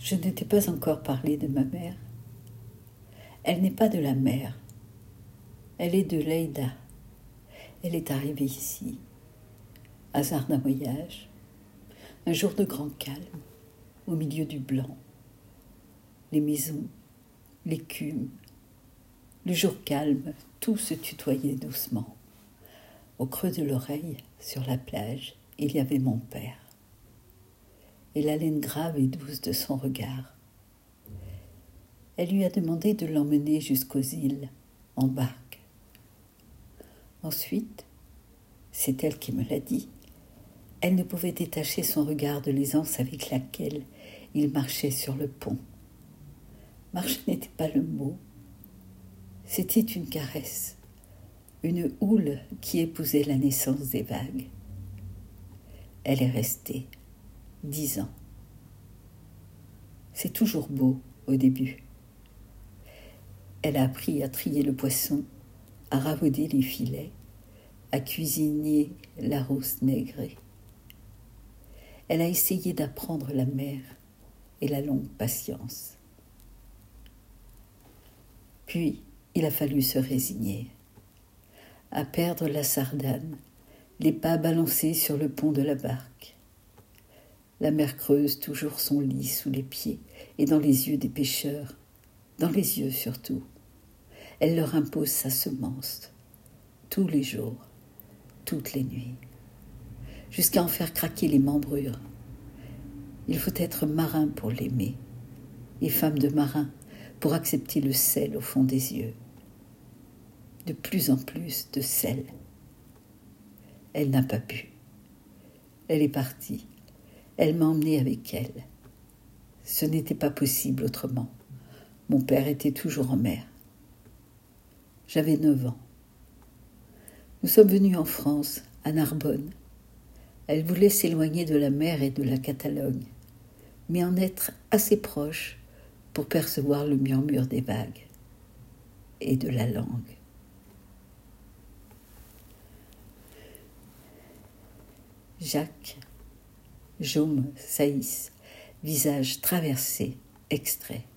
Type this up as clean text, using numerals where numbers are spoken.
Je ne t'ai pas encore parlé de ma mère. Elle n'est pas de la mer. Elle est de Leyda. Elle est arrivée ici, hasard d'un voyage, un jour de grand calme, au milieu du blanc. Les maisons, l'écume, le jour calme, tout se tutoyait doucement. Au creux de l'oreille, sur la plage, il y avait mon père. Et l'haleine grave et douce de son regard. Elle lui a demandé de l'emmener jusqu'aux îles, en barque. Ensuite, c'est elle qui me l'a dit, elle ne pouvait détacher son regard de l'aisance avec laquelle il marchait sur le pont. Marche n'était pas le mot, c'était une caresse, une houle qui épousait la naissance des vagues. Elle est restée 10 ans. C'est toujours beau au début. Elle a appris à trier le poisson, à ravauder les filets, à cuisiner la rousse négrée. Elle a essayé d'apprendre la mer et la longue patience. Puis, il a fallu se résigner à perdre la sardane, les pas balancés sur le pont de la barque. La mer creuse toujours son lit sous les pieds et dans les yeux des pêcheurs, dans les yeux surtout. Elle leur impose sa semence, tous les jours, toutes les nuits, jusqu'à en faire craquer les membrures. Il faut être marin pour l'aimer, et femme de marin pour accepter le sel au fond des yeux. De plus en plus de sel. Elle n'a pas pu. Elle est partie. Elle m'a emmenée avec elle. Ce n'était pas possible autrement. Mon père était toujours en mer. J'avais 9 ans. Nous sommes venus en France, à Narbonne. Elle voulait s'éloigner de la mer et de la Catalogne, mais en être assez proche pour percevoir le murmure des vagues et de la langue. Jacques, Jaume Saïs, visage traversé, extrait.